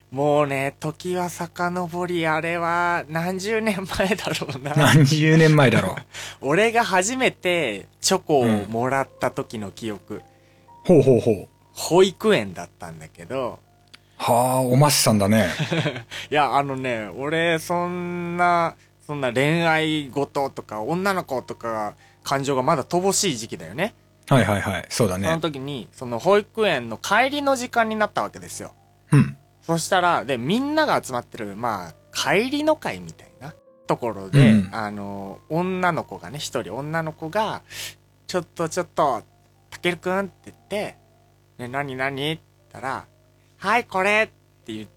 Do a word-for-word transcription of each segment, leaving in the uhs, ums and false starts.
もうね、時は遡り、あれは何十年前だろうな。 何十年前だろ俺が初めてチョコう。うをん。 もらった時の記憶。 ほうほうほう。 保育園だったんだけど。 はあ、おまっさんだね。 いや、あのね、俺、そんな、そんな恋愛事とか、女の子とか、感情がまだ乏しい時期だよね。 はいはいはい。そうだそのね。 時に、その保育園の帰りの時間になったわけですよ。 うん。 そしたら、で、みんなが集まってる、まあ、帰りの会みたいなところで、 うん、 あの、女の子がね、一人女の子が、ちょっとちょっと、たけるくんって言って、ね、何何って言ったら、はい、これって言って、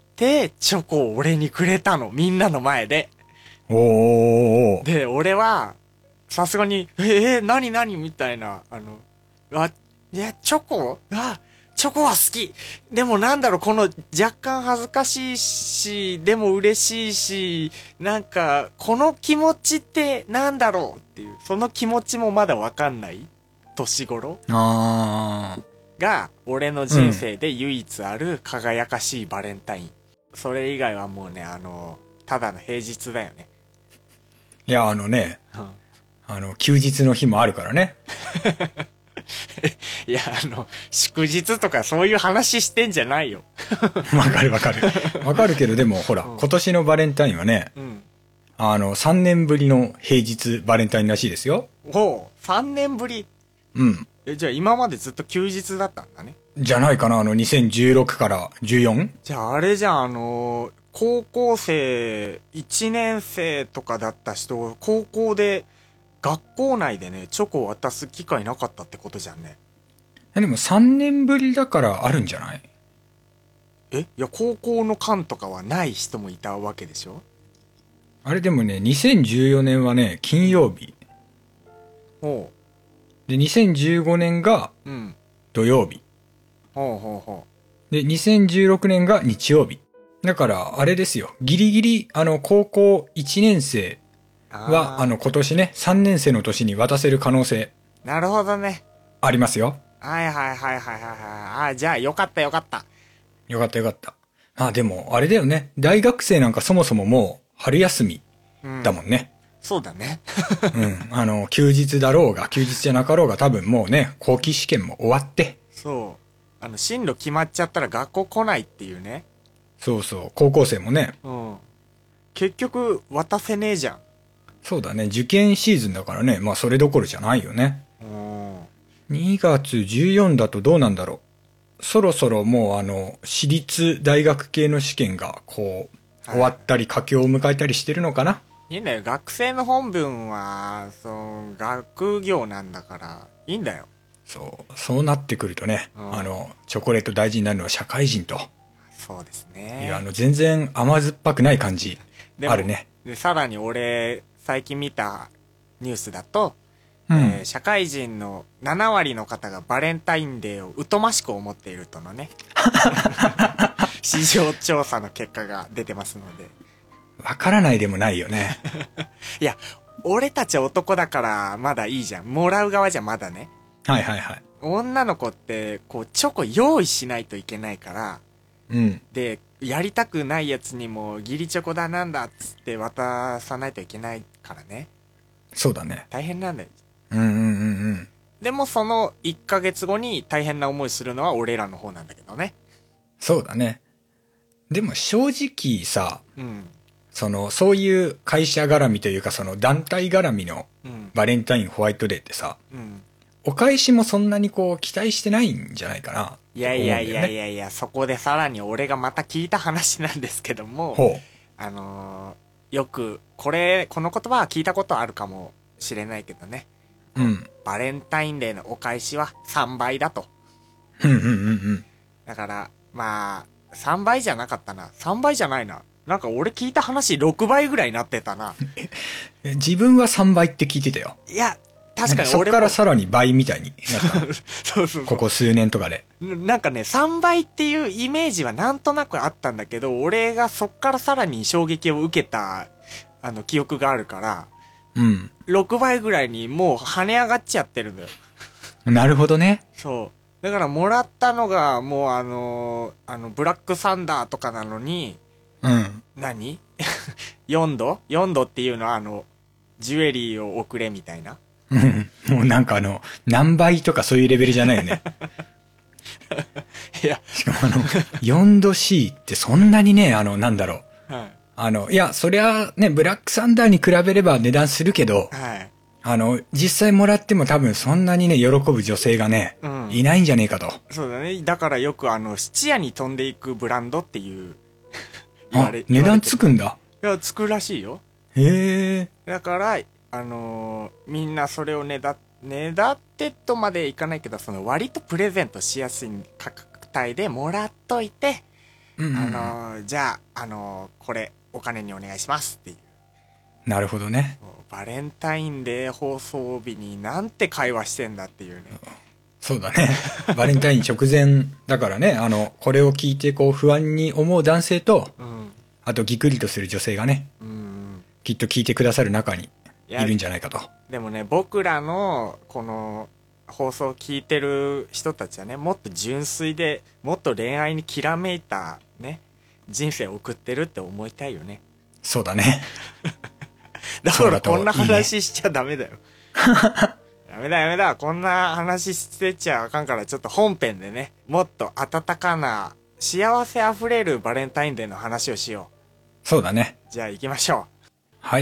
チョコを俺にくれたの。みんなの前で。 おー。 で、俺は、さすがに、えー、何何みたいな、あの、あ、いや、チョコあ、チョコは好き。でもなんだろう、この若干恥ずかしいし、でも嬉しいし、なんか、この気持ちってなんだろうっていう、その気持ちもまだわかんない年頃あー。 が、俺の人生で唯一ある輝かしいバレンタイン。それ以外はもうね、あの、ただの平日だよね。 いや、あのね、 うんあの、休日の日もあるからね。 いや、あの、祝日とかそういう話してんじゃないよ。 わかるわかる。わかるけど、でもほら、 うん今年のバレンタインはね、 うん。 あの、さんねんぶりの平日バレンタインらしいですよ。 おう、さんねんぶり。 うん。 え、じゃあ今までずっと休日だったんだね。 じゃないかな、あの、にせんじゅうろくからじゅうよん？ じゃああれじゃん、あのー高校生、いちねん生とかだった人、高校で、学校内でね、チョコを渡す機会なかったってことじゃんね。 えでもさんねんぶりだからあるんじゃない？ えいや、高校の間とかはない人もいたわけでしょ？ あれでもね、にせんじゅうよねんはね、金曜日。 ほで、にせんじゅうごねんがう。うん。 土曜日。 ほうほうほで、にせんじゅうろくねんが日曜日。だから、あれですよ。ギリギリ、あの、高校いちねん生う。 は、ああの、今年ね、さんねん生の年に渡せる可能性ー、なるほどね。 ありますよ。 はいはいはいはいはいはい。あー、じゃあよかったよかった。 よかったよかった。まあでも、あれだよね。大学生なんかそもそももう、春休みうん。 だもんね。 そうだね。 うん。あの、休日だろうが、休日じゃなかろうが、多分もうね、後期試験も終わって。 そう。あの、進路決まっちゃったら学校来ないっていうね。 そうそう、高校生もね。 うん。結局、渡せねえじゃん。 そうだね。受験シーズンだからね。まあ、それどころじゃないよね。 うん。 にがつじゅうよっかだとどうなんだろう。そろそろもうあの、私立大学系の試験が、こう、終わったり、佳境を迎えたりしてるのかな。 いいんだよ。学生の本分は、そう、学業なんだから、いいんだよ。 そう、そうなってくるとね、 うんあの、チョコレート大事になるのは社会人と。 そうですいね。 や、あの、全然甘酸っぱくない感じ、 でもあるね。 で、さらに俺、最近見たニュースだと、 うん。 えー社会人のななわりの方がバレンタインデーを疎ましく思っているとのね、市場調査の結果が出てますので。 わからないでもないよね。 いや、俺たち男だからまだいいじゃん。もらう側じゃまだね。 はいはいはい。 女の子って、こう、チョコ用意しないといけないから、 うん。 で、やりたくないやつにも、義理チョコだなんだっつって渡さないといけないからね。 そうだね。 大変なんだよ。 うんうんうんうん。 でもそのいっかげつごに大変な思いするのは俺らの方なんだけどね。 そうだね。でも正直さ、 うん。 その、そういう会社絡みというか、その団体絡みのうん。 バレンタインホワイトデーってさ、 うん。 お返しもそんなにこう期待してないんじゃないかな。 いやいやいやいや。 やいや、そこでさらに俺がまた聞いた話なんですけども、 ほあのー、よく、これ、この言葉は聞いたことあるかもしれないけどね。 う。うん。 バレンタインデーのお返しはさんばいだと。 うんうんうんうん。 だから、まあ、さんばいじゃなかったな。さんばいじゃないな。なんか俺聞いた話ろくばいぐらいになってたな。 え自分はさんばいって聞いてたよ。 いや、確かにそっ俺も。 からさらに倍みたいになった。 そうそうそう。 ここ数年とかで。 なんかね、さんばいっていうイメージはなんとなくあったんだけど、俺がそっからさらに衝撃を受けた、あの、記憶があるから、 うん。 ろくばいぐらいにもう跳ね上がっちゃってるんだよ。 なるほどね。 そだからもらったのが、もうあの、あの、ブラックサンダーとかなのに、 うん。 何 ?よん 度 ?よん 度っていうのはあの、ジュエリーを送れみたいな。 うん。もうなんかあの、何倍とかそういうレベルじゃないよね。 いや、 しかもあの、よんど C ってそんなにね、あの、なんだろう。 はい。 あの、いや、そりゃね、ブラックサンダーに比べれば値段するけど、 はい。 あの、実際もらっても多分そんなにね、喜ぶ女性がね、 うん。 いないんじゃねえかと。 そうだね。だからよくあの、質屋に飛んでいくブランドっていう言わあれ、、 値段つくんだ。 いや、つくらしいよ。 へえ。 だから、あのーみんなそれをねだ、ねだってとまでいかないけど、その割とプレゼントしやすい価格帯でもらっといて、 うんうんうん、 あのーじゃあ、あのーこれ、お金にお願いしますっていう。 なるほどね。 バレンタインデー放送日になんて会話してんだっていうね。 そうだね。バレンタイン直前だからね、あの、これを聞いてこう不安に思う男性と、 うん。 あとギクリとする女性がね、 うん。 きっと聞いてくださる中にいるんじゃないかと。 でもね、僕らの、この、放送を聞いてる人たちはね、もっと純粋で、もっと恋愛にきらめいた、ね、人生を送ってるって思いたいよね。 そうだね。 だからこんなそうだといいね話しちゃダメだよ。ダメだダメだ。こんな話してちゃあかんから、ちょっと本編でね、もっと温かな、幸せあふれるバレンタインデーの話をしよそうだね。 う。じゃあ行きましょはい。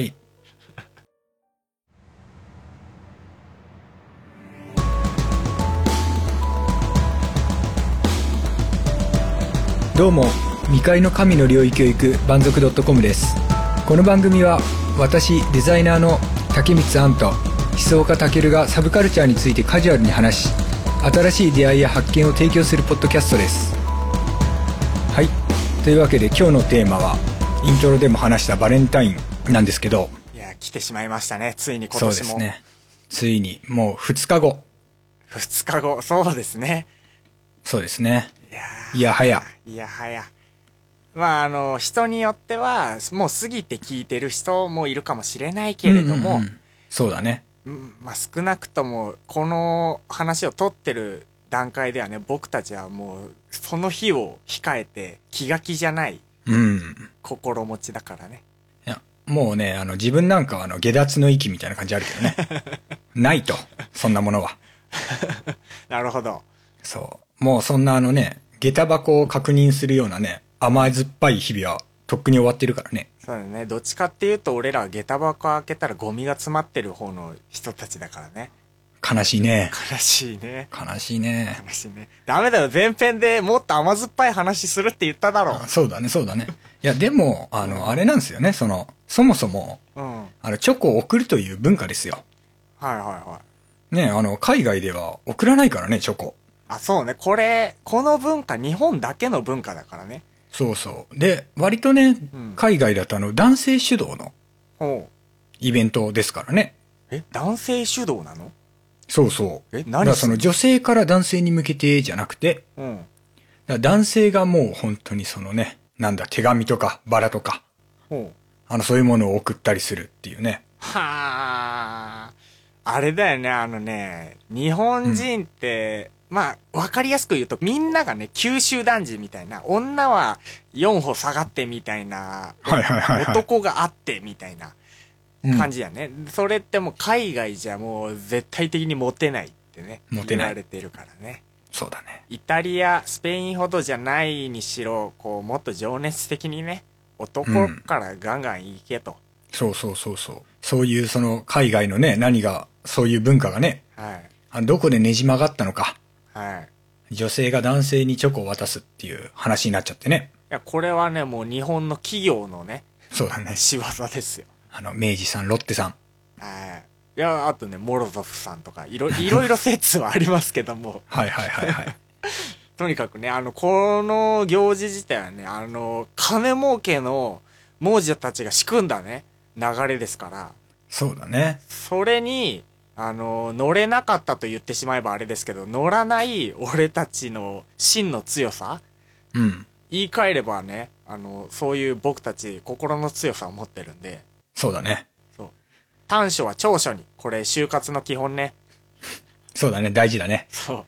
どうも、未開の神の領域を行く蛮族 .com です。この番組は私デザイナーの竹光杏と久岡健がサブカルチャーについてカジュアルに話し、新しい出会いや発見を提供するポッドキャストです。はい、というわけで今日のテーマはイントロでも話したバレンタインなんですけど、 う。いや、来てしまいましたね。ついに今年も。 そうですね。ついにもうふつかご。 ふつかご、そうですね。 そうですね。 いやいやはや。 いやはや。まあ、あの、人によっては、もう過ぎて聞いてる人もいるかもしれないけれども、 うんうんうん、そうだね。 うん、まあ少なくとも、この話を取ってる段階ではね、僕たちはもう、その日を控えて気が気じゃないうん。 心持ちだからね。 いや、もうね、あの、自分なんかはあの、下脱の域みたいな感じあるけどね。ないと。そんなものは。 なるほど。 そう。もうそんなあのね、下駄箱を確認するようなね、甘酸っぱい日々は、とっくに終わってるからね。 そうだね。どっちかっていうと、俺らは下駄箱開けたらゴミが詰まってる方の人たちだからね。 悲しいね。 悲しいね。 悲しいね。 悲しいね。ダメだよ。前編でもっと甘酸っぱい話するって言っただろあそうだね、そうだね。いや、でも、あの、あれなんですよね、その、そもそも、 う。うん。はいあの、チョコを送るという文化ですよ。 はいはね、あの、海外では送らないからね、チョコ。 い。あ、そうね。これ、この文化、日本だけの文化だからね。 そうそう。で、割とね、 うん海外だとあの、男性主導のほう。 イベントですからね。 え、男性主導なの？ そうそう。 え、 だからその何すんの？ 女性から男性に向けてじゃなくて、 うん。 だから男性がもう本当にそのね、なんだ、手紙とかバラとか、 ほう。 あの、そういうものを送ったりするっていうね。 はあ。あれだよね、あのね、日本人って、まあ、わかりやすく言うと、みんながね、九州男児みたいな、女は四歩下がってみたいな、 はいはいはいはい男があってみたいなうん感じやね。それってもう海外じゃもう絶対的にモテないってね、 モテない言われてるからね。 そうだね。 イタリア、スペインほどじゃないにしろ、こう、もっと情熱的にね、男からガンガン行けと。 そうそうそうそう。そういうその海外のね、何が、そういう文化がね、 はい。 あのどこでねじ曲がったのか。 はい。 女性が男性にチョコを渡すっていう話になっちゃってね。 いや、これはね、もう日本の企業のね、 そうだね。 仕業ですよ。 あの、明治さん、ロッテさん。 はい。いや、あとね、モロゾフさんとか、いろ、いろいろ説はありますけども、 はいはいはいはい。 とにかくね、あの、この行事自体はね、あの、金儲けの亡者たちが仕組んだね、流れですから、 そうだね。 それに、あの、乗れなかったと言ってしまえばあれですけど、乗らない俺たちの真の強さ、 うん。 言い換えればね、あの、そういう僕たち心の強さを持ってるんで、 そうだね。 そう。短所は長所に。これ、就活の基本ね。 そうだね。大事だね。 そう。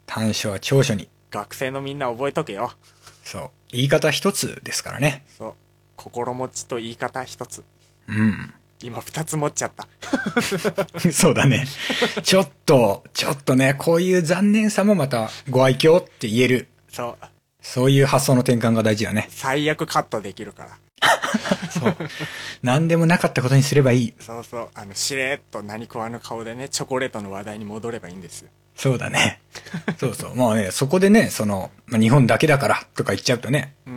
短所は長所に。 学生のみんな覚えとけよ。 そう。言い方一つですからね。 そう。心持ちと言い方一つ。 うん。 今二つ持っちゃった。 そうだね。ちょっと、ちょっとね、こういう残念さもまたご愛嬌って言える。 そう。 そういう発想の転換が大事だね。 最悪カットできるから。 そう。何でもなかったことにすればいい。 そうそう。あの、しれーっと何食わぬ顔でね、チョコレートの話題に戻ればいいんですよ。 そうだね。そうそう。もうね、そこでね、その、まあ、日本だけだからとか言っちゃうとね、 うん。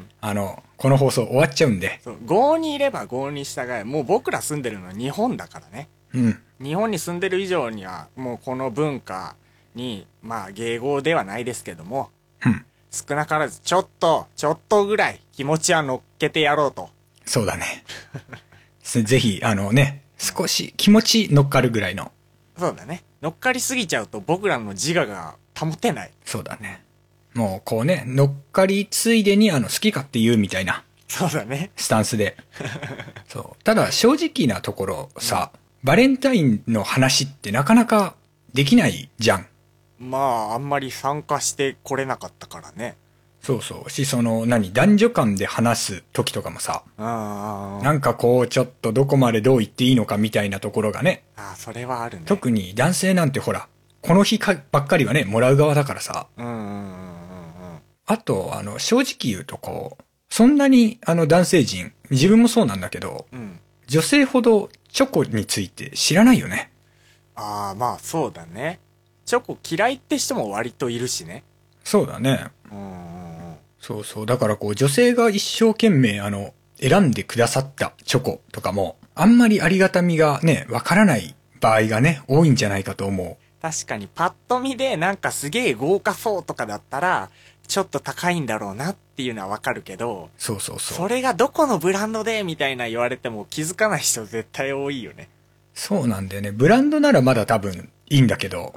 あの、この放送終わっちゃうんで。 そう。郷にいれば郷に従え。もう僕ら住んでるのは日本だからね。 うん。 日本に住んでる以上には、もうこの文化に、まあ、迎合ではないですけども、 うん。 少なからず、ちょっと、ちょっとぐらい気持ちは乗っけてやろうと。 そうだね。ぜひ、あのね、少し気持ち乗っかるぐらいの。 そうだね。乗っかりすぎちゃうと僕らの自我が保てない。 そうだね。もうこうね、乗っかりついでにあの好き勝手言うみたいな。 そうだね。 スタンスで。そう。ただ正直なところさ、うん、バレンタインの話ってなかなかできないじゃん。 まあ、あんまり参加してこれなかったからね。 そうそう。し、その、何、男女間で話す時とかもさ、 あなんかこう、ちょっとどこまでどう言っていいのかみたいなところがね。 ああ、それはあるね。 特に男性なんてほら、この日かばっかりはね、もらう側だからさ。 うんうんうんうんうん。 あと、あの、正直言うとこう、そんなに、あの、男性陣、自分もそうなんだけど、 うん、 女性ほどチョコについて知らないよね。 ああ、まあそうだね。チョコ嫌いって人も割といるしね。 そうだね。 うんうんうん。 そうそう。だからこう、女性が一生懸命、あの、選んでくださったチョコとかも、あんまりありがたみがね、わからない場合がね、多いんじゃないかと思う。 確かにパッと見でなんかすげえ豪華そうとかだったら、ちょっと高いんだろうなっていうのはわかるけど、 そうそうそう。 それがどこのブランドでみたいな言われても気づかない人絶対多いよね。 そうなんだよね。ブランドならまだ多分いいんだけど、 うん、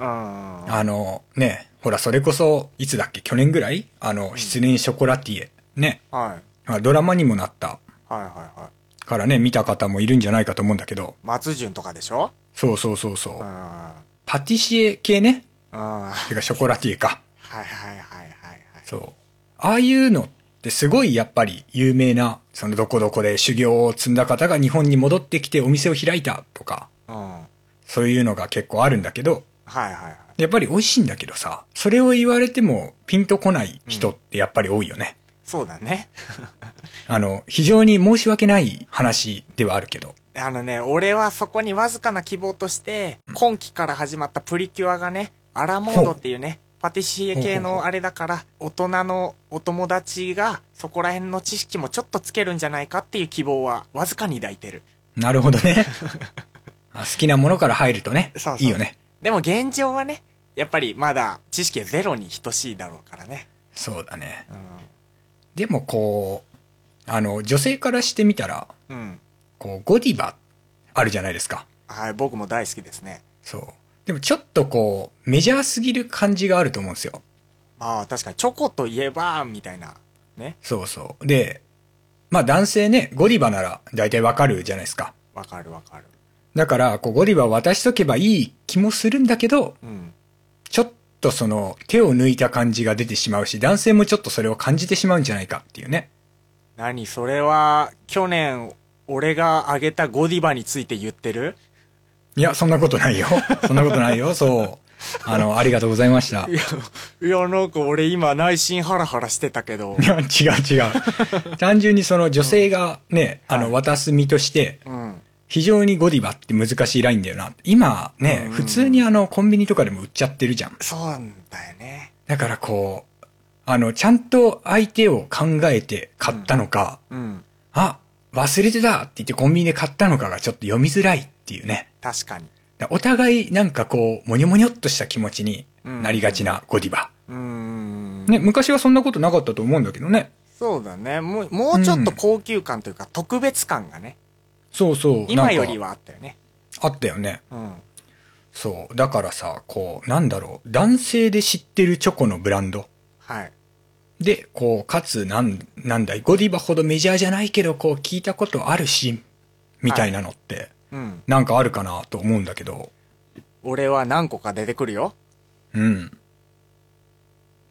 あの、ね、ほらそれこそ、いつだっけ去年ぐらいあの、失恋ショコラティエ。ね。 はい。 ドラマにもなった。 はいはいはい。 からね、見た方もいるんじゃないかと思うんだけど。 松潤とかでしょ？ そうそうそうそう。 うん、 パティシエ系ね。 うん。 てかショコラティエか。 はいはいはいはいはい。 そう。ああいうのってすごいやっぱり有名な、そのどこどこで修行を積んだ方が日本に戻ってきてお店を開いたとか、 うん、 そういうのが結構あるんだけど、 はいはいはい。 やっぱり美味しいんだけどさ、それを言われてもピンとこない人ってやっぱり多いよね。 うん、そうだね。 あの、非常に申し訳ない話ではあるけど。 あのね、俺はそこにわずかな希望として、今期から始まったプリキュアがね、アラモードっていうね、パティシエ系のあれだから、大人のお友達がそこら辺の知識もちょっとつけるんじゃないかっていう希望はわずかに抱いてる。 なるほどね。好きなものから入るとね、 そうそういいよね。 でも現状はね、やっぱりまだ知識はゼロに等しいだろうからね。 そうだね。 うん、 でもこう、あの、女性からしてみたら、 うん、 こう、ゴディバあるじゃないですか。 はい、僕も大好きですね。 そう。でもちょっとこう、メジャーすぎる感じがあると思うんですよ。 ああ、確かにチョコといえば、みたいな。ね。 そうそう。で、まあ男性ね、ゴディバなら大体わかるじゃないですか。 わかるわかる。 だから、こう、ゴディバを渡しとけばいい気もするんだけど、 うん、 ちょっとその、手を抜いた感じが出てしまうし、男性もちょっとそれを感じてしまうんじゃないかっていうね。 何それは、去年、俺があげたゴディバについて言ってる？ いや、そんなことないよ。そんなことないよ。そう。あの、ありがとうございました。 いや、いや、なんか俺今内心ハラハラしてたけど。 いや、違う違う。単純にその女性がね、うん、あの、渡す身として、うん、非常にゴディバって難しいラインだよな。今ね、うん、普通にあの、コンビニとかでも売っちゃってるじゃん。 そうなんだよね。 だからこう、あの、ちゃんと相手を考えて買ったのか、うんうん、あ、忘れてたって言ってコンビニで買ったのかがちょっと読みづらいっていうね。 確かに。 お互いなんかこう、もにょもにょっとした気持ちになりがちなゴディバ。 うーん。 ね、昔はそんなことなかったと思うんだけどね。 そうだね。もう、もうちょっと高級感というか、うん、特別感がね。 そうそう。 今よりはあったよね。 あったよね。 うん。 そう。だからさ、こう、なんだろう。男性で知ってるチョコのブランド。 はい。 で、こう、かつ、なん、なんだい、ゴディバほどメジャーじゃないけど、こう、聞いたことあるし、みたいなのって、はい、うん。なんかあるかなと思うんだけど。 俺は何個か出てくるよ。 うん。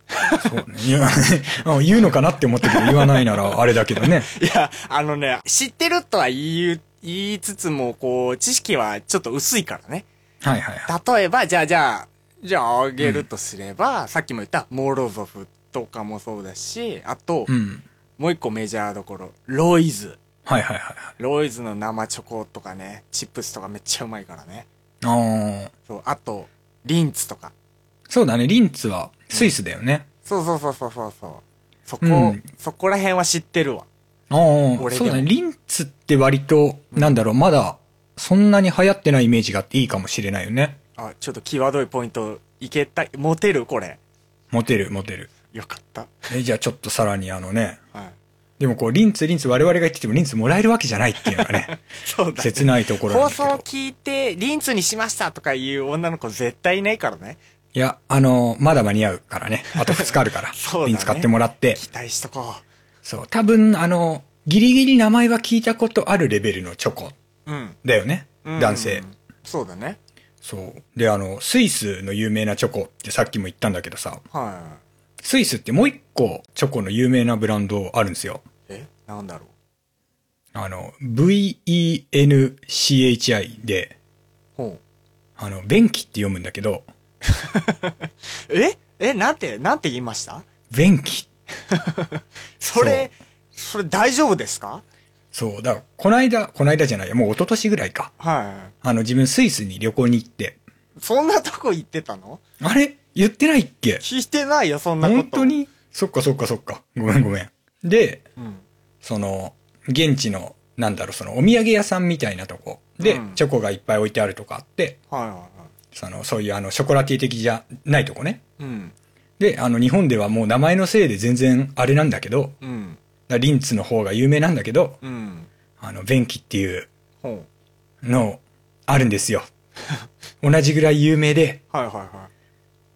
そうね。言わない言うのかなって思ったけど、言わないならあれだけどね。 いや、あのね、知ってるとは言い、言いつつも、こう、知識はちょっと薄いからね。 はいはいはい。 例えば、じゃあじゃあ、じゃああげるとすれば、うん、さっきも言ったモロゾフとかもそうだし、あと、うん、もう一個メジャーどころ、ロイズ。 はいはいはい。 ロイズの生チョコとかね、チップスとかめっちゃうまいからね。 ああ。 そう、あと、リンツとか。 そうだね、リンツはスイスだよね。 うん、そうそうそうそうそう。そこ、うん、そこら辺は知ってるわ。 ああ、そうだね。リンツって割と、うん、なんだろう、まだ、そんなに流行ってないイメージがあっていいかもしれないよね。 あ、ちょっと際どいポイント、いけた、モテるこれ。 モテる、モテる。 よかった。 え、じゃあちょっとさらにあのね。はい。でもこう、リンツ、リンツ我々が言っててもリンツもらえるわけじゃないっていうのがね。 そうだね。 切ないところなんだけど。 放送聞いて、リンツにしましたとかいう女の子絶対いないからね。 いや、あの、まだ間に合うからね。あとふつかあるから。そうだね。リンツ買ってもらって。 期待しとこう。 そう。多分、あの、ギリギリ名前は聞いたことあるレベルのチョコ。うん。だよね。うん、男性。 そうだね。 そう。で、あの、スイスの有名なチョコってさっきも言ったんだけどさ。はい。スイスってもう一個チョコの有名なブランドあるんですよ。 え？なんだろう。 あの、ブイイーエヌシーエイチアイ で、 ほう。 あの、便器って読むんだけど。 え？え、なんて、なんて言いました？ 便器。 それ、それ大丈夫ですか？ そう。だから、この間、この間じゃないよ。もう一昨年ぐらいか。はい。あの、自分スイスに旅行に行って。 そんなとこ行ってたの？ あれ言ってないっけ？ 聞いてないよ、そんなこと。 本当に？そっかそっかそっか。ごめんごめん。で、うん、その、現地の、なんだろう、その、お土産屋さんみたいなとこで、うん、チョコがいっぱい置いてあるとかあって、はいはいはい。その、そういうあの、ショコラティー的じゃないとこね。うん。で、あの、日本ではもう名前のせいで全然あれなんだけど、うん。リンツの方が有名なんだけど、うん。あの、便器っていうの、あるんですよ。同じぐらい有名で。はいはいはい。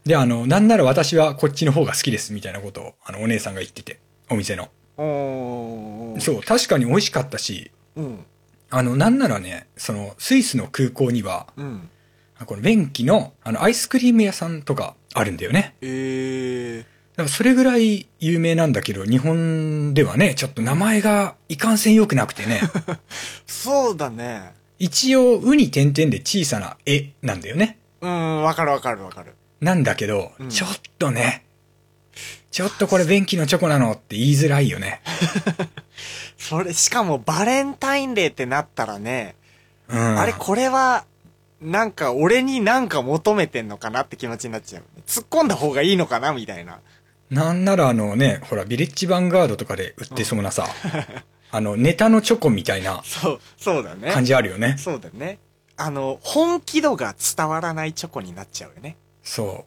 で、あの、なんなら私はこっちの方が好きですみたいなことを、あの、お姉さんが言ってて、お店の。おそう、確かに美味しかったし、うん。あの、なんならね、その、スイスの空港には、うん。この便器の、あの、アイスクリーム屋さんとかあるんだよね。へえ。だからそれぐらい有名なんだけど、日本ではね、ちょっと名前がいかんせん良くなくてね。 そうだね。 一応、ウに点々で小さな絵なんだよね。 うん、わかるわかるわかる。 なんだけど、うん、ちょっとね、ちょっとこれ便器のチョコなのって言いづらいよね。 それ、しかもバレンタインデーってなったらね、うん、あれこれは、なんか俺になんか求めてんのかなって気持ちになっちゃう。突っ込んだ方がいいのかなみたいな。 なんならあのね、ほら、ビレッジヴァンガードとかで売ってそうなさ、うん、あの、ネタのチョコみたいな。 そう、そうだね。 感じあるよね。 そうだね。あの、本気度が伝わらないチョコになっちゃうよね。 そう。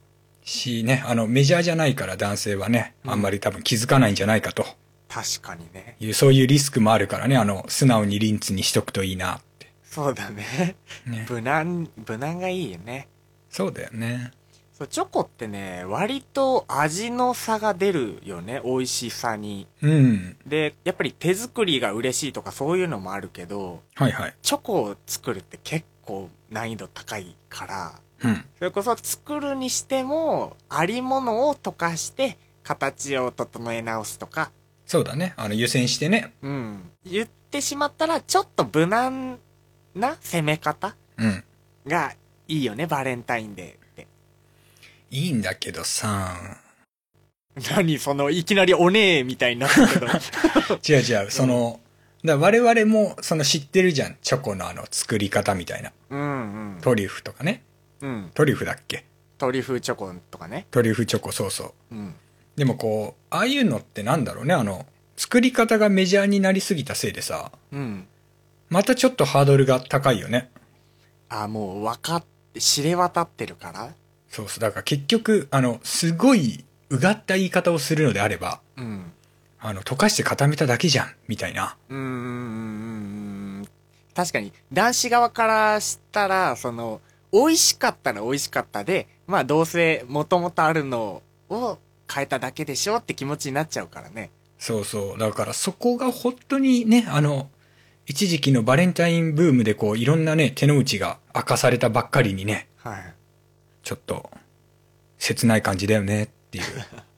しね、あの、メジャーじゃないから男性はね、うん、あんまり多分気づかないんじゃないかと。 確かにね。 いう、そういうリスクもあるからね、あの、素直にリンツにしとくといいなって。 そうだね。ね。無難、無難がいいよね。 そうだよね。 そう、チョコってね、割と味の差が出るよね、美味しさに。うん。で、やっぱり手作りが嬉しいとかそういうのもあるけど、はいはい。チョコを作るって結構難易度高いから、うん。それこそ作るにしても、ありものを溶かして、形を整え直すとか。 そうだね。あの、湯煎してね。 うん。言ってしまったら、ちょっと無難な攻め方うん。がいいよね、バレンタインデーって。 いいんだけどさ。 何その、いきなりお姉みたいになったけど。 違う違う、その、だ我々もその知ってるじゃん。チョコのあの作り方みたいな。うんうん。トリュフとかね。うん。トリュフだっけ？ トリュフチョコとかね。 トリュフチョコ、そうそう。うん。でもこう、ああいうのってなんだろうね、あの、作り方がメジャーになりすぎたせいでさ。うん。またちょっとハードルが高いよね。 あ、もう分かって、知れ渡ってるから？ そうそう。だから結局、あの、すごいうがった言い方をするのであれば、うん。あの、溶かして固めただけじゃん、みたいな。うーん。確かに、男子側からしたら、その、美味しかったら美味しかったで、まあどうせ元々あるのを変えただけでしょって気持ちになっちゃうからね。 そうそう。だからそこが本当にね、あの、一時期のバレンタインブームでこう、いろんなね、手の内が明かされたばっかりにね。はい。ちょっと、切ない感じだよねっていう。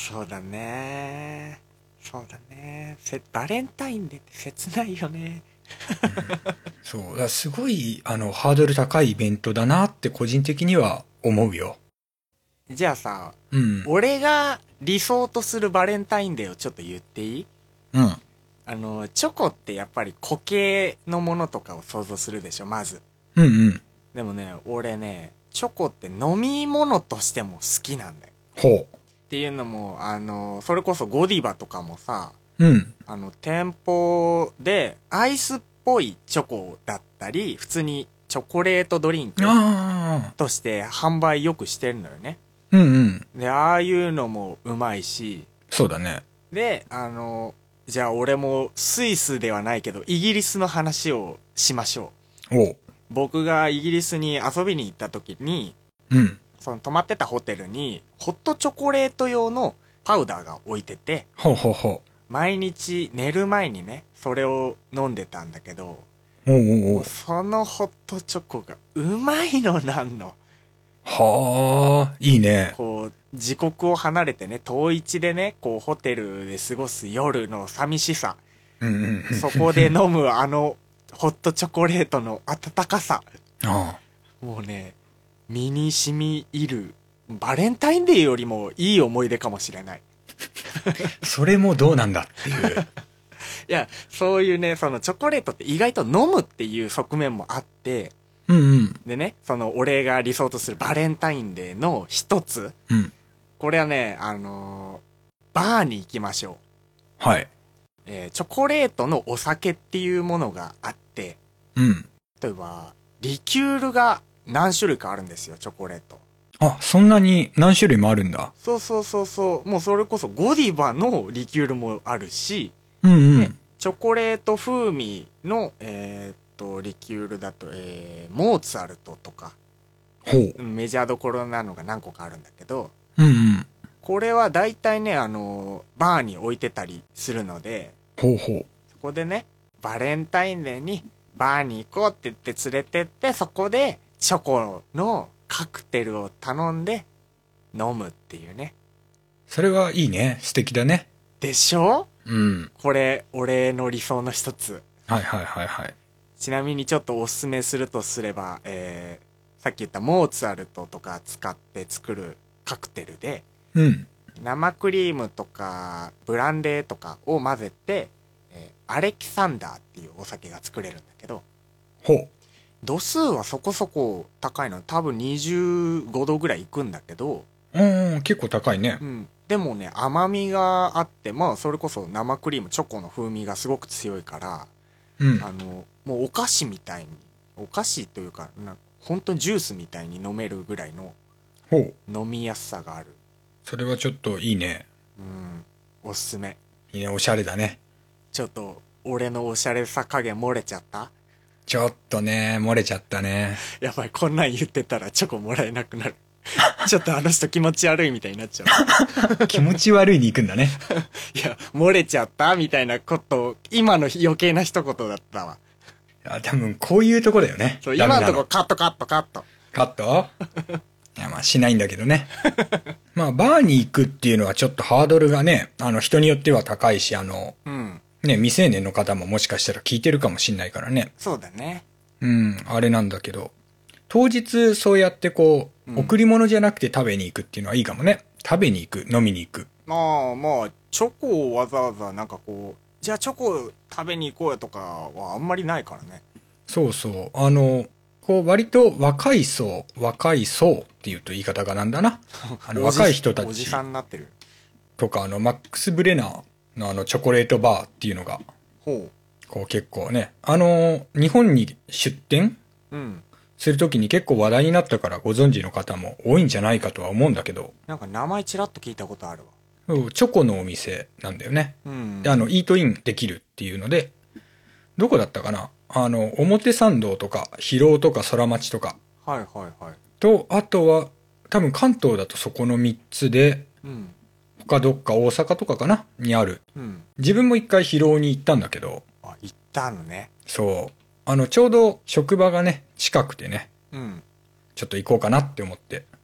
そうだね。そうだね。せバレンタインデーって切ないよね。 そう。だからすごい、あの、ハードル高いイベントだなって個人的には思うよ。 じゃあさ、 うん。 俺が理想とするバレンタインデーをちょっと言っていい？ うん。 あの、チョコってやっぱり固形のものとかを想像するでしょ、まず。 うんうん。 でもね、俺ね、チョコって飲み物としても好きなんだよ。 ほっていうのも、あの、それこそゴディバとかもさ、 う。うん。 あの、店舗でアイスっぽいチョコだったり、普通にチョコレートドリンクああ。 として販売よくしてるのよね。 うんうん。 で、ああいうのもうまいし、 そうだね。 で、あの、じゃあ俺もスイスではないけど、イギリスの話をしましょう。 おう。 僕がイギリスに遊びに行った時に、 うん。 その泊まってたホテルに、ホットチョコレート用のパウダーが置いてて、 ほうほうほ毎日寝る前にね、それを飲んでたんだけど、 う。おうおうおう。 そのホットチョコがうまいのなんの。 はあ、いいね。 こう、自国を離れてね、遠い地でね、こう、ホテルで過ごす夜の寂しさ。 うんうんうん。 そこで飲むあの、ホットチョコレートの温かさ。 あもうね、身に染み入る。バレンタインデーよりもいい思い出かもしれない。 あ。それもどうなんだっていう。 いや、そういうね、そのチョコレートって意外と飲むっていう側面もあって、 うんうん。 でね、その俺が理想とするバレンタインデーの一つ。 うん。 これはね、あのーバーに行きましょう。 はい。 えーチョコレートのお酒っていうものがあって、 うん。 例えば、リキュールが何種類かあるんですよ、チョコレート。 あ、そんなに何種類もあるんだ。 そうそうそうそう。もうそれこそゴディバのリキュールもあるし、 うんうねん。 チョコレート風味の、えーっと、リキュールだと、えー、モーツァルトとか、 ほう。 うんメジャーどころなのが何個かあるんだけど、 うんうん。 これは大体ね、あの、バーに置いてたりするので、 ほうほう。 そこでね、バレンタインデーにバーに行こうって言って連れてって、そこでチョコのカクテルを頼んで飲むっていうね。 それはいいね。素敵だね。 でしょ？ うん。 これ、俺の理想の一つ。 はいはいはいはい。 ちなみにちょっとおすすめするとすれば、えー、さっき言ったモーツァルトとか使って作るカクテルで、 うん。 生クリームとかブランデーとかを混ぜて、えーアレキサンダーっていうお酒が作れるんだけど、 ほう。 度数はそこそこ高いの。多分にじゅうごどぐらいいくんだけど、 うん、結構高いねう。ん。でもね、甘みがあって、まあ、それこそ生クリーム、チョコの風味がすごく強いから、 うん。 あの、もうお菓子みたいに、お菓子というか、な本当にジュースみたいに飲めるぐらいのほう。 飲みやすさがある。 それはちょっといいね。 うん。おすすめ。 いいね、おしゃれだね。 ちょっと、俺のおしゃれさ加減漏れちゃった？ ちょっとね、漏れちゃったね。 やばい、こんなん言ってたらチョコもらえなくなる。ちょっとあの人気持ち悪いみたいになっちゃう。 気持ち悪いに行くんだね。 いや、漏れちゃったみたいなこと、今の余計な一言だったわ。 いや、多分こういうとこだよね。 そう、 ダメな今のとこカットカットカット。 カットいや、まあしないんだけどね。まあ、バーに行くっていうのはちょっとハードルがね、あの人によっては高いし、あの、 うん。 ね、未成年の方ももしかしたら聞いてるかもしんないからね。 そうだね。 うん、あれなんだけど。当日そうやってこう、 うん贈り物じゃなくて食べに行くっていうのはいいかもね。食べに行く、飲みに行く。 まあまあ、チョコをわざわざなんかこう、じゃあチョコ食べに行こうよとかはあんまりないからね。 そうそう。あの、こう割と若い層、若い層っていうと言い方がなんだな。あのおじ若い人たおじちさんになってる。 とか、あの、マックス・ブレナーのあの、チョコレートバーっていうのが、 ほこう結構ね、あの、日本に出店う。うん。 するときに結構話題になったからご存知の方も多いんじゃないかとは思うんだけど、 なんか名前ちらっと聞いたことあるわ。 そうチョコのお店なんだよね。 うん。 で、あの、イートインできるっていうので、どこだったかなあの、表参道とか、広尾とか空町とか、 はいはいはい。 と、あとは、多分関東だとそこのみっつで、 うん。 他どっか大阪とかかなにある。 うん。 自分も一回広尾に行ったんだけど、 あ、行ったのね。 そう。あの、ちょうど職場がね、近くてね、 うん。 ちょっと行こうかなって思って。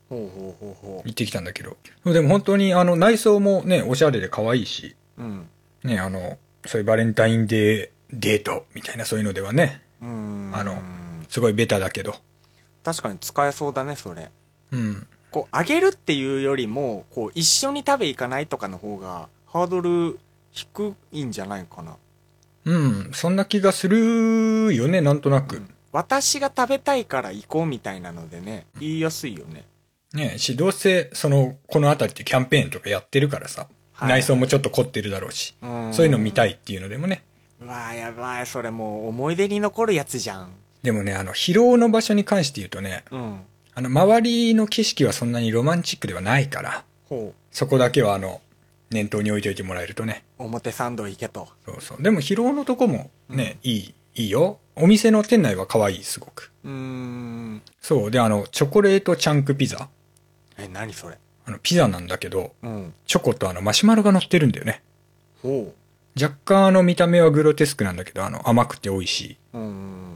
ほうほうほうほ行ってきたんだけど。でも本当にあの内装もね、おしゃれで可愛いし、 う。うん。 ね、あの、そういうバレンタインデーデートみたいなそういうのではね、 うーん。 あの、すごいベタだけど。 確かに使えそうだね、それ。 うん。 こう、あげるっていうよりも、こう、一緒に食べ行かないとかの方が、ハードル低いんじゃないかな。 うん、そんな気がするよね、なんとなく。 うん、私が食べたいから行こうみたいなのでね、言いやすいよね。 ねし、どうせ、その、この辺りってキャンペーンとかやってるからさ、 はい、 内装もちょっと凝ってるだろうし、 うんそういうの見たいっていうのでもね。 うわーやばい、それもう思い出に残るやつじゃん。 でもね、あの、疲労の場所に関して言うとね、 うん。 あの、周りの景色はそんなにロマンチックではないから、 ほそこだけはあの、念頭に置いておいてもらえるとね。 う。表参道行けと。 そうそう。でも疲労のとこもね、うん、いい、いいよ。お店の店内は可愛い、すごく。 うーん。 そう。で、あの、チョコレートチャンクピザ。 え、何それ。 あの、ピザなんだけど、 うん。 チョコとあの、マシュマロが乗ってるんだよね。 ほう。若干あの、見た目はグロテスクなんだけど、あの、甘くて美味しい。 う。うん。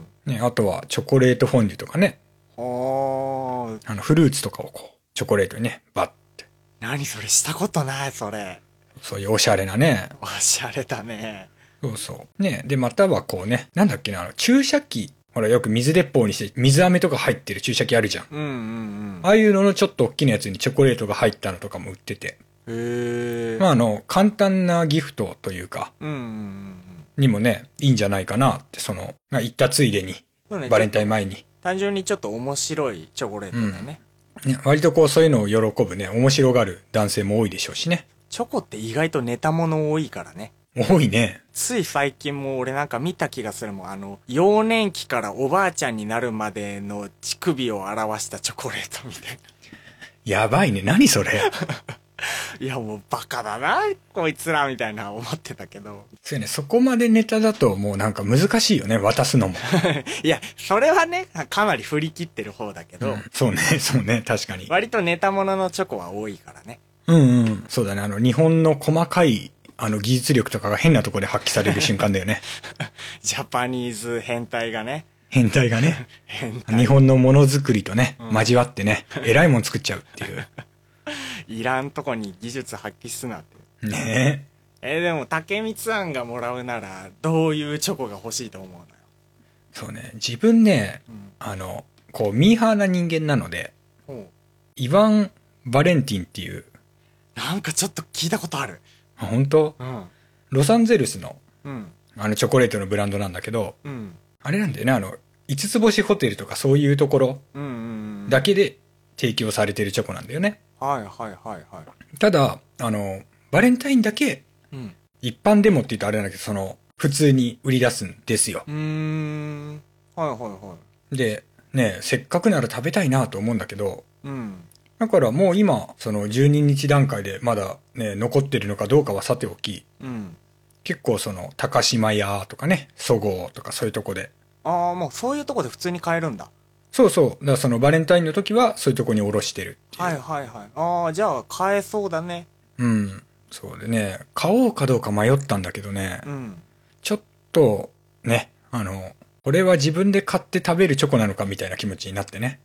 ね、あとは、チョコレートフォンデュとかね。 はあの、フルーツとかをこう、チョコレートにね、バッて。 何それ、したことない、それ。 そういうおしゃれなね。 おしゃれだね。 そうそう。ね、で、またはこうね、なんだっけな、あの、注射器。ほら、よく水鉄砲にして、水飴とか入ってる注射器あるじゃん。 うんうんうん。 ああいうののちょっと大きなやつにチョコレートが入ったのとかも売ってて。 へえ。 まあ、あの、簡単なギフトというか、 うんうんうん。 にもね、いいんじゃないかなって、その、まあ、行ったついでに、 ね、 バレンタイン前に。 単純にちょっと面白いチョコレートだね。 うん、ね。割とこう、そういうのを喜ぶね、面白がる男性も多いでしょうしね。 チョコって意外とネタもの多いからね。 多いね。 つい最近も俺なんか見た気がするもん。あの、幼年期からおばあちゃんになるまでの乳首を表したチョコレートみたいな。 やばいね。何それ。 いやもうバカだな、こいつらみたいな思ってたけど。 そうね、そこまでネタだともうなんか難しいよね、渡すのも。 いや、それはね、かなり振り切ってる方だけど。 うん、そうね、そうね、確かに。 割とネタもののチョコは多いからね。 うんうん。そうだね、あの、日本の細かい、あの、技術力とかが変なところで発揮される瞬間だよね。 ジャパニーズ変態がね。 変態がね。 変態。 日本のものづくりとね、 うん、 交わってね、えらいもん作っちゃうっていう。 いらんとこに技術発揮すなって。 ねえ。えー、でも、竹光庵がもらうなら、どういうチョコが欲しいと思うのよ。 そうね、自分ね、 うん、 あの、こう、ミーハーな人間なので、イワン・バレンティンっていう。 なんかちょっと聞いたことある。 あ、本当？ うん。 ロサンゼルスの、 うん。 あの、チョコレートのブランドなんだけど、 うん。 あれなんだよね、あの、五つ星ホテルとかそういうところだけで提供されてるチョコなんだよね。 はいはいはいはい。 ただ、あの、バレンタインだけ、一般でもって言うとあれなんだけど、その、普通に売り出すんですよ。 うーん。はいはいはい。 で、ね、せっかくなら食べたいなと思うんだけど、 うん。 だからもう今、そのじゅうににち段階でまだね、残ってるのかどうかはさておき、 うん。 結構その、高島屋とかね、そごうとかそういうとこで。 ああ、もうそういうとこで普通に買えるんだ。 そうそう。だからそのバレンタインの時はそういうとこにおろしてるっていう。 はいはいはい。ああ、じゃあ買えそうだね。 うん。そうでね、買おうかどうか迷ったんだけどね、 うん。 ちょっと、ね、あの、これは自分で買って食べるチョコなのかみたいな気持ちになってね。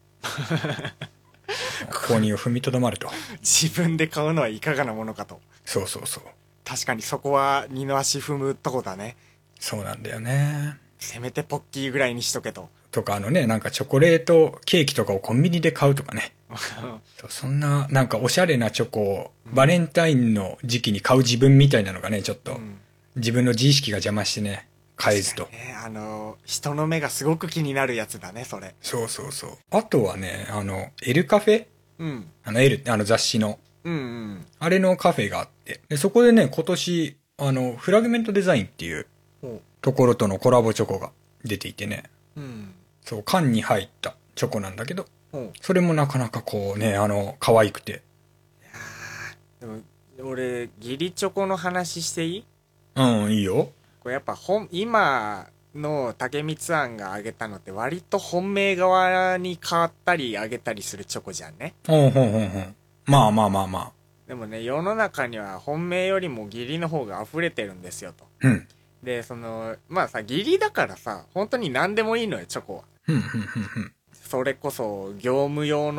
購入を踏みとどまると。 自分で買うのはいかがなものかと。 そうそうそう。 確かにそこは二の足踏むとこだね。 そうなんだよね。 せめてポッキーぐらいにしとけと。 とかあのね、なんかチョコレートケーキとかをコンビニで買うとかね。そ, そんな、なんかおしゃれなチョコをバレンタインの時期に買う自分みたいなのがね、ちょっと、自分の自意識が邪魔してね、買えずと。 ね、あの、人の目がすごく気になるやつだね、それ。 そうそうそう。あとはね、あの、L カフェ、 うん。 あの L、あの雑誌の。 うんうん。 あれのカフェがあって。で、そこでね、今年、あの、フラグメントデザインっていうところとのコラボチョコが出ていてね。うん。そう、缶に入ったチョコなんだけど、それもなかなかこうね、あの、可愛くて。いやでも、俺、義理チョコの話していい？ うん、いいよ。 これやっぱ本、今の竹光庵があげたのって割と本命側に変わったりあげたりするチョコじゃんね。 ほんほんほんほん。まあまあまあまあ。 でもね、世の中には本命よりも義理の方が溢れてるんですよと。 うん。 で、その、まあさ、義理だからさ、本当に何でもいいのよ、チョコは。 うん、うん、うん、うん。 それこそ、業務用の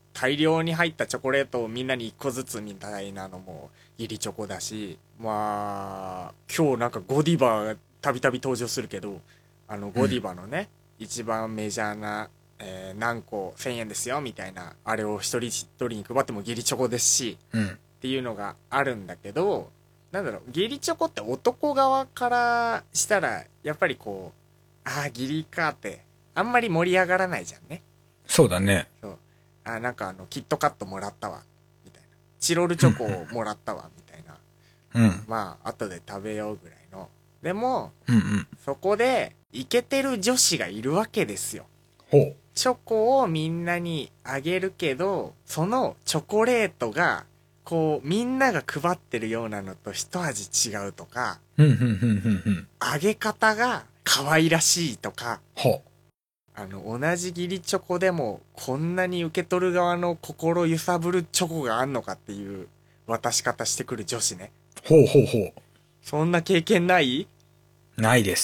大量に入ったチョコレートをみんなにいっこずつみたいなのも義理チョコだし、まあ今日なんかゴディバがたびたび登場するけど、あのゴディバのね、うん、一番メジャーな、えー、何個せんえんですよみたいなあれを一人一人に配っても義理チョコですし、 うん、 っていうのがあるんだけど、なんだろう、義理チョコって男側からしたらやっぱりこう、ああ義理かってあんまり盛り上がらないじゃんね。 そうだね。 そう、あ、なんかあのキットカットもらったわみたいな、チロルチョコをもらったわみたいな、 うん、 まあ後で食べようぐらいの。でも、 うんうん、 そこでイケてる女子がいるわけですよ。 ほう。 チョコをみんなにあげるけど、そのチョコレートがこうみんなが配ってるようなのと一味違うとか、 うんうんうんうんうん、 あげ方が可愛らしいとか、 ほう。 あの同じ義理チョコでもこんなに受け取る側の心揺さぶるチョコがあんのかっていう渡し方してくる女子ね。 ほうほうほう。 そんな経験ない？ ないです。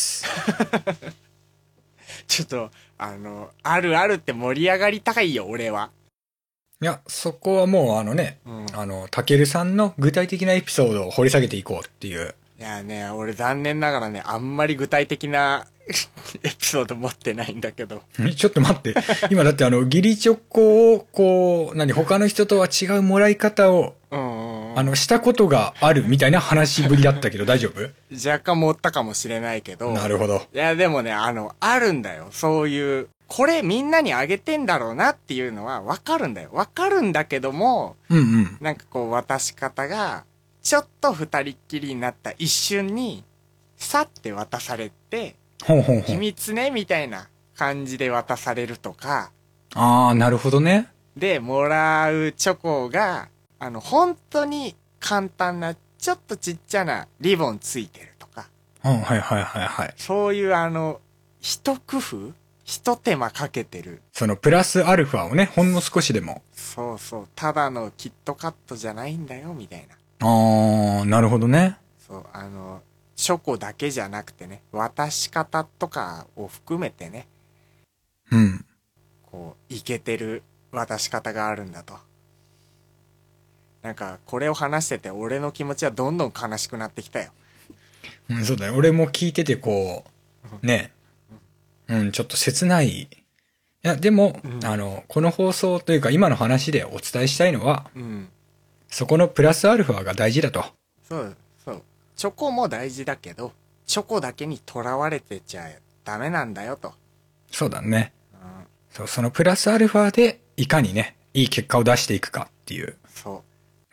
ちょっとあのあるあるって盛り上がりたいよ俺は。 いや、そこはもうあのね、うん、あのたけるさんの具体的なエピソードを掘り下げていこうっていう。 いやね、俺残念ながらね、あんまり具体的なエピソード持ってないんだけど。 ちょっと待って。今だってあの、義理チョコを、こう、何、他の人とは違うもらい方を、うんうん、あの、したことがあるみたいな話ぶりだったけど大丈夫？ 若干持ったかもしれないけど。 なるほど。 いや、でもね、あの、あるんだよ。そういう、これみんなにあげてんだろうなっていうのはわかるんだよ。わかるんだけども、 うんうん。 なんかこう、渡し方が、ちょっと二人っきりになった一瞬に、さって渡されて、 ほうほうほう、 秘密ねみたいな感じで渡されるとか。 ああ、なるほどね。 で、もらうチョコが、あの、本当に簡単な、ちょっとちっちゃなリボンついてるとか。 うん、はいはいはいはい。 そういうあの、一工夫一手間かけてる。 そのプラスアルファをね、ほんの少しでも。 そうそう。ただのキットカットじゃないんだよ、みたいな。 ああ、なるほどね。 そう、あの、チョコだけじゃなくてね、渡し方とかを含めてね。 うん。 こう、イケてる渡し方があるんだと。なんか、これを話してて、俺の気持ちはどんどん悲しくなってきたよ。 うん、そうだね。俺も聞いててこう、ね。うん、ちょっと切ない。いや、でも、うん、あの、この放送というか今の話でお伝えしたいのは、うん、そこのプラスアルファが大事だと。 そう、そう。チョコも大事だけど、チョコだけにとらわれてちゃダメなんだよと。 そうだね。うん、そう、そのプラスアルファでいかにね、いい結果を出していくかっていう。 そう。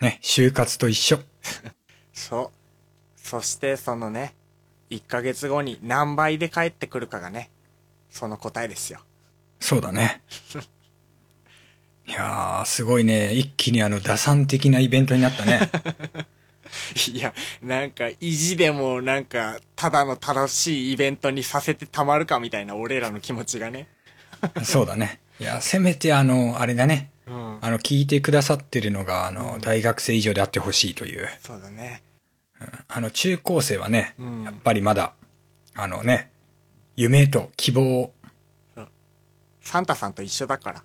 ね、就活と一緒。 そう。そしてそのね、いっかげつごに何倍で帰ってくるかがね、その答えですよ。 そうだね。いやー、すごいね。一気にあの、打算的なイベントになったね。 いや、なんか、意地でもなんか、ただの楽しいイベントにさせてたまるかみたいな俺らの気持ちがね。 そうだね。いや、せめてあの、あれだね。 うん、 あの、聞いてくださってるのが、あの、うん、大学生以上であってほしいという。 そうだね。 うん、あの、中高生はね、 うん、 やっぱりまだ、あのね、夢と希望を。 サンタさんと一緒だから。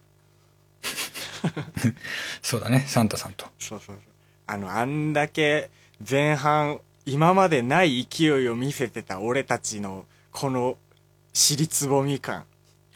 そうだね、サンタさんと。 そうそうそう。あの、あんだけ前半、今までない勢いを見せてた俺たちの、この、尻つぼみ感。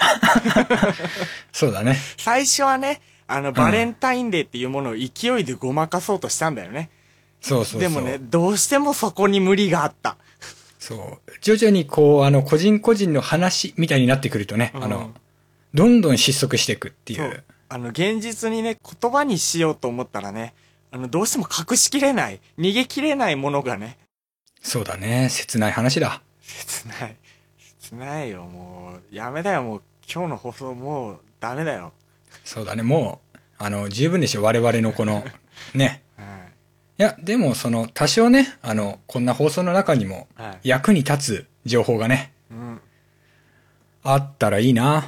そうだね。 最初はね、あの、バレンタインデーっていうものを勢いでごまかそうとしたんだよね。 うん、そうそうそう。 でもね、どうしてもそこに無理があった。 そう。徐々にこう、あの、個人個人の話みたいになってくるとね、うん、あの、どんどん失速していくっていう。そう。 あの、現実にね、言葉にしようと思ったらね、あの、どうしても隠しきれない、逃げきれないものがね。 そうだね、切ない話だ。 切ない。切ないよ、もう。やめだよ、もう。今日の放送もう、ダメだよ。 そうだね、もう、あの、十分でしょ、我々のこの、ね。はい。いや、でも、その、多少ね、あの、こんな放送の中にも、役に立つ情報がね、 うん。 あったらいいな。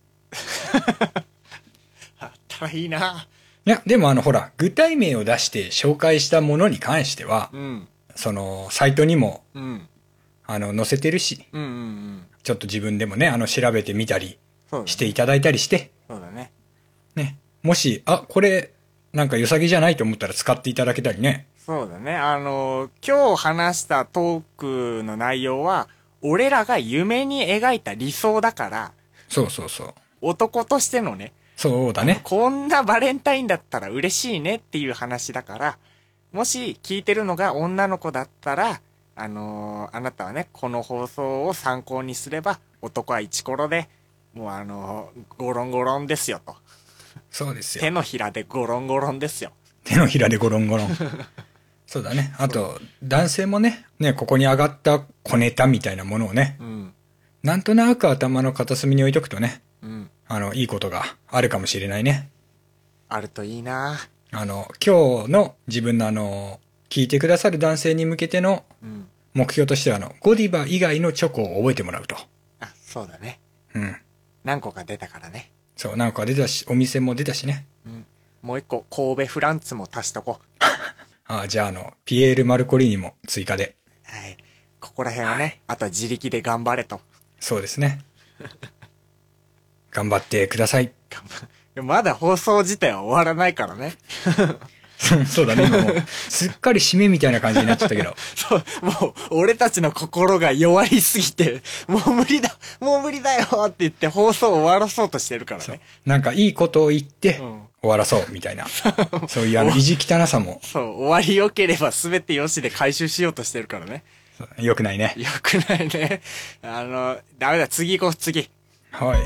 あったらいいな。 いや、でもあの、ほら、具体名を出して紹介したものに関しては、 うん、 その、サイトにも、 うん、 あの、載せてるし、 うんうんうん、 ちょっと自分でもね、あの、調べてみたりしていただいたりして、 そうだね。 ね。 もし、あ、これ、なんか良さげじゃないと思ったら使っていただけたりね。 そうだね。あの、今日話したトークの内容は、俺らが夢に描いた理想だから、 そうそうそう。 男としてのね、 そうだね。 こんなバレンタインだったら嬉しいねっていう話だから、もし聞いてるのが女の子だったら、あのーあなたはね、この放送を参考にすれば、男はイチコロで、もうあのーゴロンゴロンですよと。 そうですよ。 手のひらでゴロンゴロンですよ。 手のひらでゴロンゴロン。そうだね。あと、男性もね、ね、ここに上がった小ネタみたいなものをね、 うん。 なんとなく頭の片隅に置いとくとね、 うん。 あの、いいことがあるかもしれないね。 あるといいな。 あの、今日の自分のあの、聞いてくださる男性に向けてのうん。 目標としては、あの、ゴディバ以外のチョコを覚えてもらうと。 あ、そうだね。 うん。 何個か出たからね。 そう、なんか出たし、お店も出たしね。 うん。もう一個、神戸フランツも足しとこう。 ああ、じゃああの、ピエール・マルコリーニも追加で。 はい。ここら辺はね、あとは自力で頑張れと。 そうですね。頑張ってください。 頑張まだ放送自体は終わらないからね。 そうそうだね、今もう、すっかり締めみたいな感じになっちゃったけど。 そう、もう、俺たちの心が弱りすぎて、もう無理だ、もう無理だよって言って放送を終わらそうとしてるからね。 なんかいいことを言ってうん、 終わらそう、みたいな。そういうあの、意地汚さも、 そう、終わり良ければ全て良しで回収しようとしてるからね。 良くないね。 良くないね。あの、ダメだ、次行こう、次。 はい。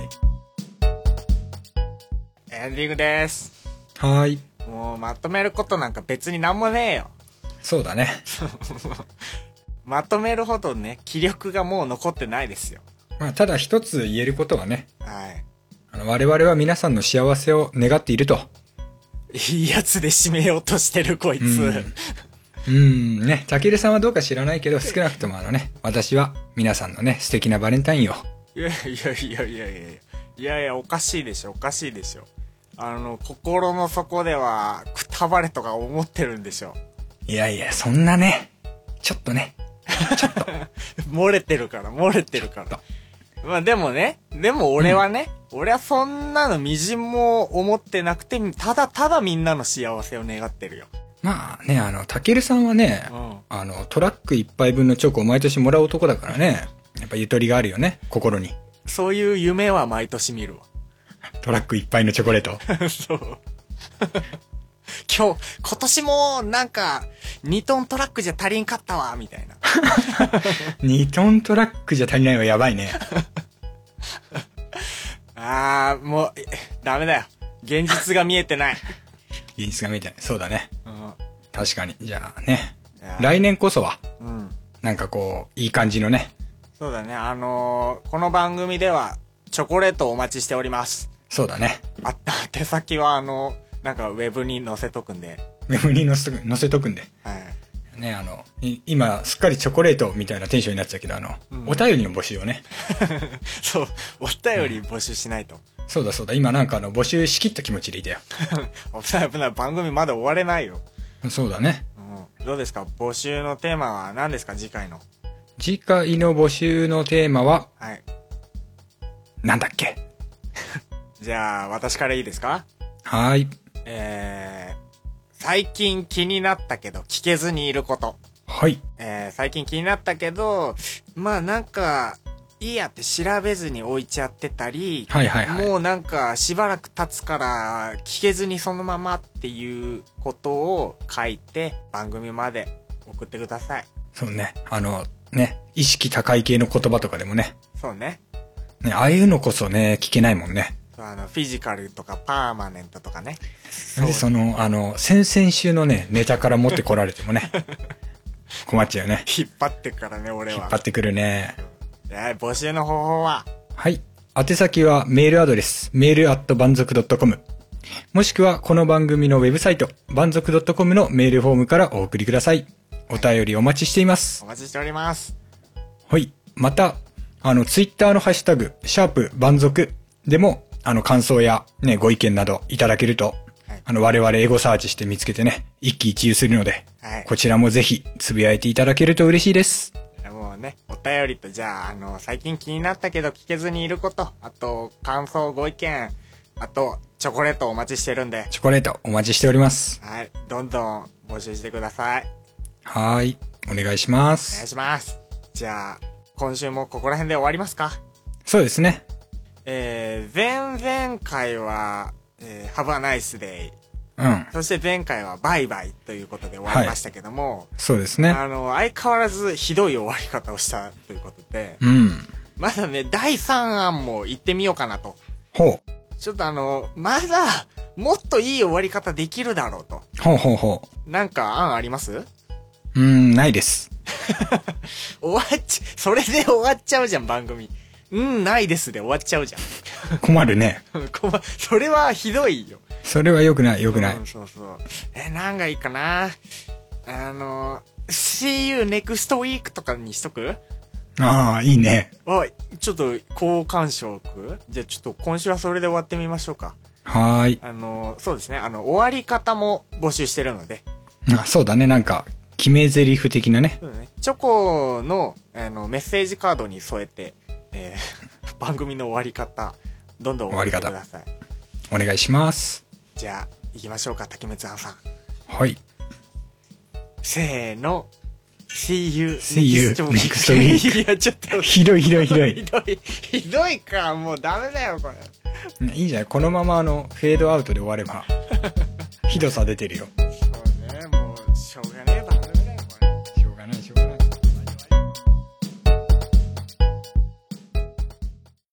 エンディングです。 はい。 もうまとめることなんか別になんもねえよ。 そうだね。 まとめるほどね、気力がもう残ってないですよ。 まあ、ただ一つ言えることはね、 はい。 あの、我々は皆さんの幸せを願っていると。 いいやつで締めようとしてる、こいつ。 うんうーん、ね、たけるさんはどうか知らないけど、少なくともあのね、私は皆さんのね、素敵なバレンタインを。 いやいやいやいやいやいや。いやいや、おかしいでしょ、おかしいでしょ。あの、心の底では、くたばれとか思ってるんでしょ。 いやいや、そんなね、ちょっとね、ちょっと。 漏れてるから、漏れてるから。まあでもね、でも俺はね、うん、俺はそんなのみじんも思ってなくて、ただただみんなの幸せを願ってるよ。 まあね、あの、たけるさんはね、うん、あの、トラック一杯分のチョコを毎年もらう男だからね、やっぱゆとりがあるよね、心に。 そういう夢は毎年見るわ。 トラックいっぱいのチョコレート。 そう。今日、今年もなんか、にトントラックじゃ足りんかったわ、みたいな。 にトントラックじゃ足りないはやばいね。 あー、もう、ダメだよ。現実が見えてない。 現実が見えてない。そうだね。 うん、 確かに。じゃあね。来年こそは、 うん、 なんかこう、いい感じのね。 そうだね。あのー、この番組では、チョコレートをお待ちしております。 そうだね。 あ、手先はあの、なんかウェブに載せとくんで。 ウェブに載せとく、載せとくんで。 はい。 ね、あの、今、すっかりチョコレートみたいなテンションになっちゃうけど、あの、うん、お便りの募集をね。 そう、お便り募集しないと。 うん、そうだそうだ、今なんかあの、募集しきった気持ちでいたよ。 危ない危ない、番組まだ終われないよ。 そうだね。 うん。どうですか、募集のテーマは何ですか、次回の。 次回の募集のテーマは、 はい。 なんだっけじゃあ、私からいいですか？ はい。 えー、最近気になったけど聞けずにいること。 はい。 えー、最近気になったけど、まあなんか、いいやって調べずに置いちゃってたり、 はいはいはい。 もうなんかしばらく経つから聞けずにそのままっていうことを書いて番組まで送ってください。 そうね。あの、ね、意識高い系の言葉とかでもね。 そうね。 ね、ああいうのこそね、聞けないもんね。 あの、フィジカルとかパーマネントとかね。 なんでその、あの、先々週のね、ネタから持ってこられてもね、困っちゃうよね。 引っ張ってくからね、俺は。 引っ張ってくるね。 え、募集の方法は？ はい。宛先はメールアドレス、メールアット万族ドットコム。もしくは、この番組のウェブサイト、万族ドットコムのメールフォームからお送りください。お便りお待ちしています。 お待ちしております。 はい。また、あの、ツイッターのハッシュタグ、シャープ万族でも、あの、感想やね、ご意見などいただけると、はい、あの、我々エゴサーチして見つけてね、一喜一憂するので、はい、こちらもぜひ、つぶやいていただけると嬉しいです。 もうね、お便りと、じゃあ、あの、最近気になったけど聞けずにいること、あと、感想、ご意見、あと、 チョコレートお待ちしてるんで。 チョコレートお待ちしております。 はい。どんどん募集してください。 はーい。お願いしまお願いす。 します。じゃあ、今週もここら辺で終わりますか。 そうですね。 えー、前々回は、えー、Have a nice day。 うん。 そして前回はバイバイということで終わりましたけども、はい、 そうですね。 あの、相変わらずひどい終わり方をしたということで、 うん。 まだね、だいさん案も行ってみようかなと。 ほう。 ちょっとあの、まだ、もっといい終わり方できるだろうと。 ほうほうほう。なんか案あります？ うーん、ないです。 終わっち、それで終わっちゃうじゃん、番組。うん、ないですで終わっちゃうじゃん。 困るね。 困、それはひどいよ。 それは良くない、良くない。 うん、そうそう。え、なんがいいかな。あの、See you next week とかにしとく？ ああ、いいね。 あ、ちょっと、好感触？じゃあちょっと今週はそれで終わってみましょうか。 はーい。 あの、そうですね。あの、終わり方も募集してるので。 あ、そうだね。なんか、決め台詞的なね。 そうだね。チョコの、あの、メッセージカードに添えて、えー、番組の終わり方、どんどん終わり方ください。 お願いします。 じゃあ、行きましょうか、竹光さん。 はい。 せーの。See you See you next week. いや、ちょっと。 ひどいひどいひどい。 ひどい。ひどいか。もうダメだよ、これ。 いいんじゃない？このままあの、フェードアウトで終われば、ひどさ出てるよ。